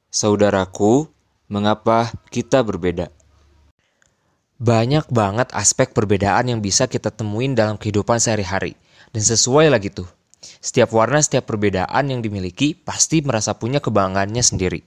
Saudaraku, mengapa kita berbeda? Banyak banget aspek perbedaan yang bisa kita temuin dalam kehidupan sehari-hari. Dan sesuai lagi tuh, setiap warna, setiap perbedaan yang dimiliki pasti merasa punya kebanggaannya sendiri.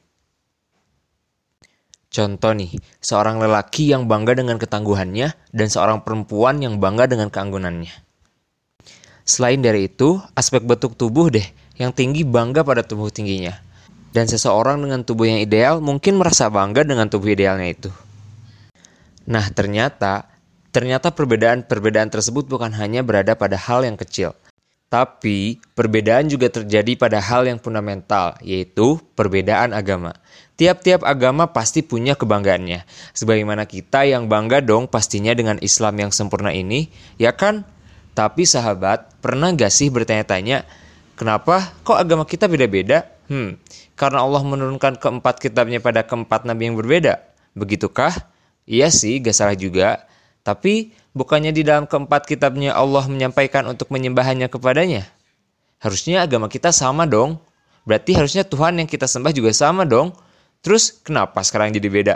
Contoh nih, seorang lelaki yang bangga dengan ketangguhannya dan seorang perempuan yang bangga dengan keanggunannya. Selain dari itu, aspek bentuk tubuh deh, yang tinggi bangga pada tubuh tingginya. Dan seseorang dengan tubuh yang ideal mungkin merasa bangga dengan tubuh idealnya itu. Nah, ternyata perbedaan-perbedaan tersebut bukan hanya berada pada hal yang kecil. Tapi, perbedaan juga terjadi pada hal yang fundamental, yaitu perbedaan agama. Tiap-tiap agama pasti punya kebanggaannya. Sebagaimana kita yang bangga dong pastinya dengan Islam yang sempurna ini, ya kan? Tapi sahabat, pernah gak sih bertanya-tanya, kenapa kok agama kita beda-beda? Karena Allah menurunkan keempat kitabnya pada keempat nabi yang berbeda. Begitukah? Iya sih, gak salah juga. Tapi, bukannya di dalam keempat kitabnya Allah menyampaikan untuk menyembahannya kepadanya? Harusnya agama kita sama dong. Berarti harusnya Tuhan yang kita sembah juga sama dong. Terus, kenapa sekarang jadi beda?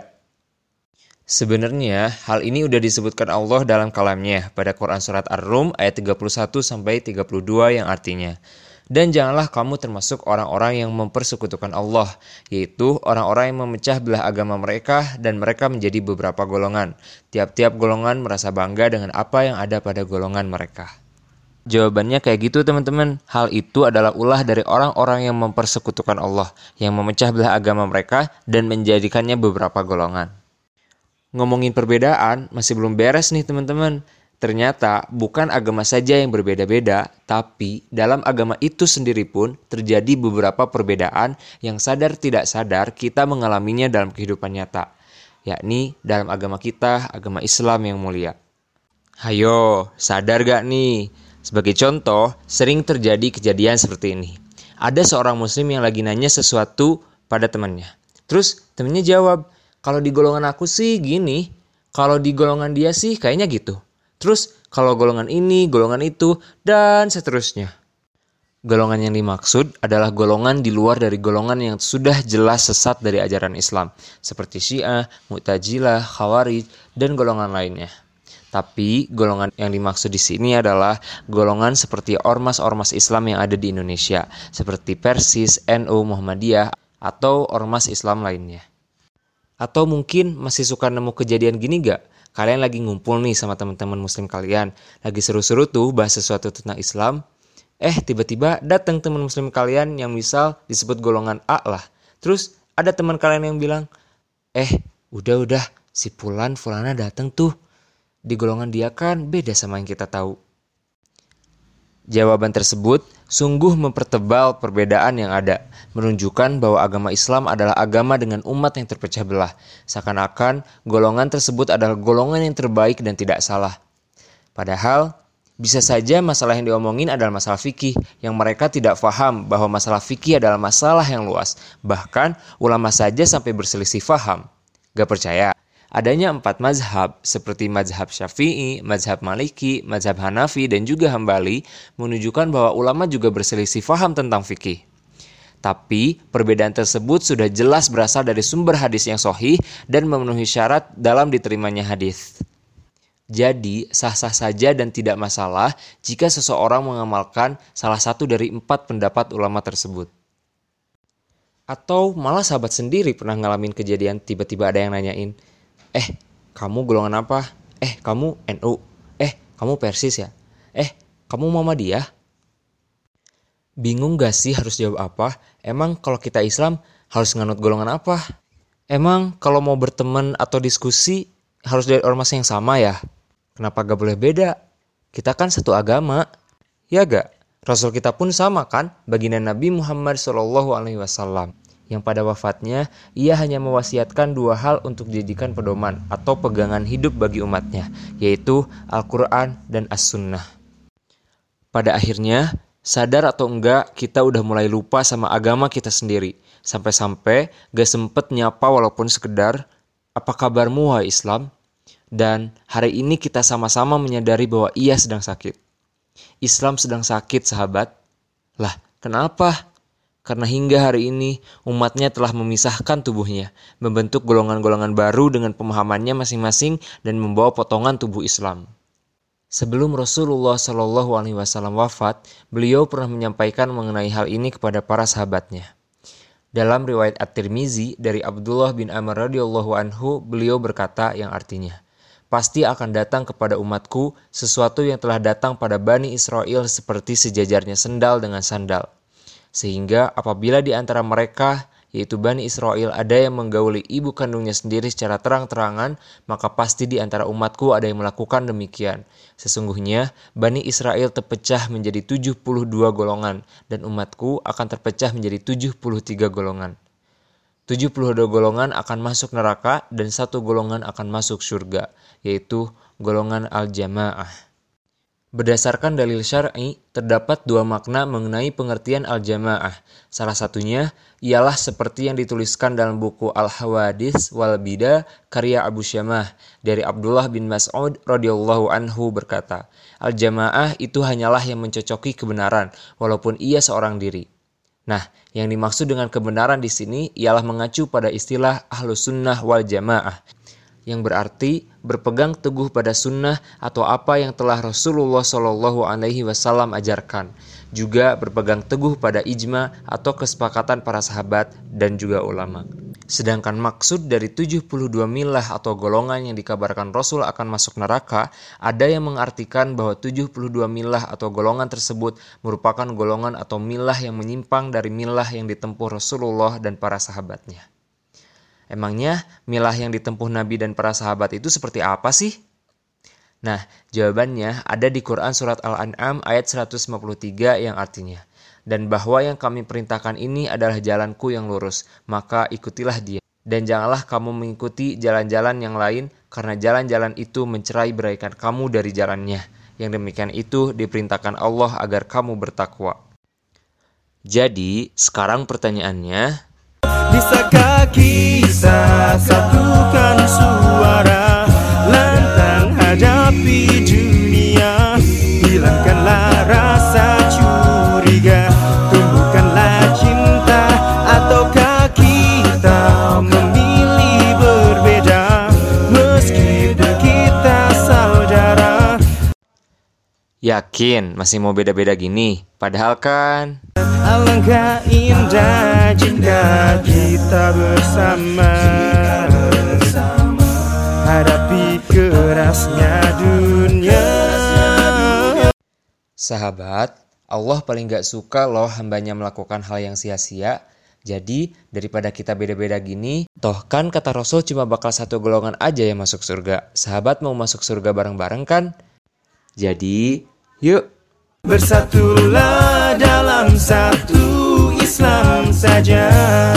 Sebenarnya, hal ini udah disebutkan Allah dalam kalamnya pada Quran Surat Ar-Rum ayat 31-32 yang artinya, dan janganlah kamu termasuk orang-orang yang mempersekutukan Allah, yaitu orang-orang yang memecah belah agama mereka dan mereka menjadi beberapa golongan. Tiap-tiap golongan merasa bangga dengan apa yang ada pada golongan mereka. Jawabannya kayak gitu teman-teman. Hal itu adalah ulah dari orang-orang yang mempersekutukan Allah, yang memecah belah agama mereka dan menjadikannya beberapa golongan. Ngomongin perbedaan, masih belum beres nih teman-teman. Ternyata bukan agama saja yang berbeda-beda, tapi dalam agama itu sendiri pun terjadi beberapa perbedaan yang sadar tidak sadar kita mengalaminya dalam kehidupan nyata, yakni dalam agama kita, agama Islam yang mulia. Hayo, sadar gak nih? Sebagai contoh, sering terjadi kejadian seperti ini. Ada seorang muslim yang lagi nanya sesuatu pada temannya. Terus temannya jawab, kalau di golongan aku sih gini, kalau di golongan dia sih kayaknya gitu. Terus kalau golongan ini, golongan itu, dan seterusnya. Golongan yang dimaksud adalah golongan di luar dari golongan yang sudah jelas sesat dari ajaran Islam, seperti Syiah, Mu'tazilah, Khawarij, dan golongan lainnya. Tapi golongan yang dimaksud di sini adalah golongan seperti ormas-ormas Islam yang ada di Indonesia, seperti Persis, NU, Muhammadiyah, atau ormas Islam lainnya. Atau mungkin masih suka nemu kejadian gini gak? Kalian lagi ngumpul nih sama teman-teman muslim kalian, lagi seru-seru tuh bahas sesuatu tentang Islam. Tiba-tiba datang teman muslim kalian yang misal disebut golongan A lah. Terus ada teman kalian yang bilang, udah, si Fulana datang tuh. Di golongan dia kan beda sama yang kita tahu. Jawaban tersebut sungguh mempertebal perbedaan yang ada, menunjukkan bahwa agama Islam adalah agama dengan umat yang terpecah belah. Seakan-akan golongan tersebut adalah golongan yang terbaik dan tidak salah. Padahal, bisa saja masalah yang diomongin adalah masalah fikih, yang mereka tidak paham bahwa masalah fikih adalah masalah yang luas. Bahkan, ulama saja sampai berselisih paham. Gak percaya? Adanya 4 mazhab seperti mazhab Syafi'i, mazhab Maliki, mazhab Hanafi, dan juga Hambali menunjukkan bahwa ulama juga berselisih faham tentang fikih. Tapi perbedaan tersebut sudah jelas berasal dari sumber hadis yang sahih dan memenuhi syarat dalam diterimanya hadis. Jadi sah-sah saja dan tidak masalah jika seseorang mengamalkan salah satu dari 4 pendapat ulama tersebut. Atau malah sahabat sendiri pernah ngalamin kejadian tiba-tiba ada yang nanyain, kamu golongan apa? Kamu NU? Kamu Persis ya? Kamu Muhammadiyah? Bingung gak sih harus jawab apa? Emang kalau kita Islam harus nganut golongan apa? Emang kalau mau berteman atau diskusi harus dari ormas yang sama ya? Kenapa gak boleh beda? Kita kan satu agama. Ya gak? Rasul kita pun sama kan? Baginda Nabi Muhammad SAW. Yang pada wafatnya, ia hanya mewasiatkan 2 hal untuk dijadikan pedoman atau pegangan hidup bagi umatnya, yaitu Al-Quran dan As-Sunnah. Pada akhirnya, sadar atau enggak, kita udah mulai lupa sama agama kita sendiri. Sampai-sampai gak sempet nyapa walaupun sekedar, apa kabarmu wahai Islam? Dan hari ini kita sama-sama menyadari bahwa ia sedang sakit. Islam sedang sakit, sahabat. Lah, kenapa? karena hingga hari ini umatnya telah memisahkan tubuhnya, membentuk golongan-golongan baru dengan pemahamannya masing-masing dan membawa potongan tubuh Islam. Sebelum Rasulullah Shallallahu Alaihi Wasallam wafat, beliau pernah menyampaikan mengenai hal ini kepada para sahabatnya. Dalam riwayat At-Tirmizi dari Abdullah bin Amr radhiyallahu anhu, beliau berkata yang artinya, pasti akan datang kepada umatku sesuatu yang telah datang pada Bani Israel seperti sejajarnya sendal dengan sandal. Sehingga apabila di antara mereka, yaitu Bani Israel, ada yang menggauli ibu kandungnya sendiri secara terang-terangan, maka pasti di antara umatku ada yang melakukan demikian. Sesungguhnya Bani Israel terpecah menjadi 72 golongan, dan umatku akan terpecah menjadi 73 golongan. 72 golongan akan masuk neraka dan 1 golongan akan masuk surga, yaitu golongan al-jamaah. Berdasarkan dalil syar'i, terdapat 2 makna mengenai pengertian al-jamaah. Salah satunya ialah seperti yang dituliskan dalam buku Al-Hawadits wal Bida karya Abu Syamah dari Abdullah bin Mas'ud radhiyallahu anhu berkata, al-jamaah itu hanyalah yang mencocoki kebenaran, walaupun ia seorang diri. Nah, yang dimaksud dengan kebenaran di sini ialah mengacu pada istilah Ahlus Sunnah wal Jamaah, yang berarti berpegang teguh pada sunnah atau apa yang telah Rasulullah Shallallahu Alaihi Wasallam ajarkan, juga berpegang teguh pada ijma atau kesepakatan para sahabat dan juga ulama. Sedangkan maksud dari 72 milah atau golongan yang dikabarkan Rasul akan masuk neraka, ada yang mengartikan bahwa 72 milah atau golongan tersebut merupakan golongan atau milah yang menyimpang dari milah yang ditempuh Rasulullah dan para sahabatnya. Emangnya milah yang ditempuh Nabi dan para sahabat itu seperti apa sih? Nah, jawabannya ada di Quran Surat Al-An'am ayat 153 yang artinya, dan bahwa yang kami perintahkan ini adalah jalanku yang lurus, maka ikutilah dia. Dan janganlah kamu mengikuti jalan-jalan yang lain, karena jalan-jalan itu mencerai-beraikan kamu dari jalannya. Yang demikian itu diperintahkan Allah agar kamu bertakwa. Jadi, sekarang pertanyaannya, bisakah kita satukan suara, lantang hadapi dunia, hilangkanlah rasa curiga, tumbuhkanlah cinta, ataukah kita memilih berbeda, meskipun kita saudara. yakin masih mau beda-beda gini? Padahal kan Alangkah indah jika kita bersama hadapi kerasnya dunia. sahabat, Allah paling gak suka loh hambanya melakukan hal yang sia-sia. Jadi daripada kita beda-beda gini, toh kan kata Rasul cuma bakal 1 golongan aja yang masuk surga. Sahabat mau masuk surga bareng-bareng kan? Jadi yuk Bersatulah dalam satu Islam saja.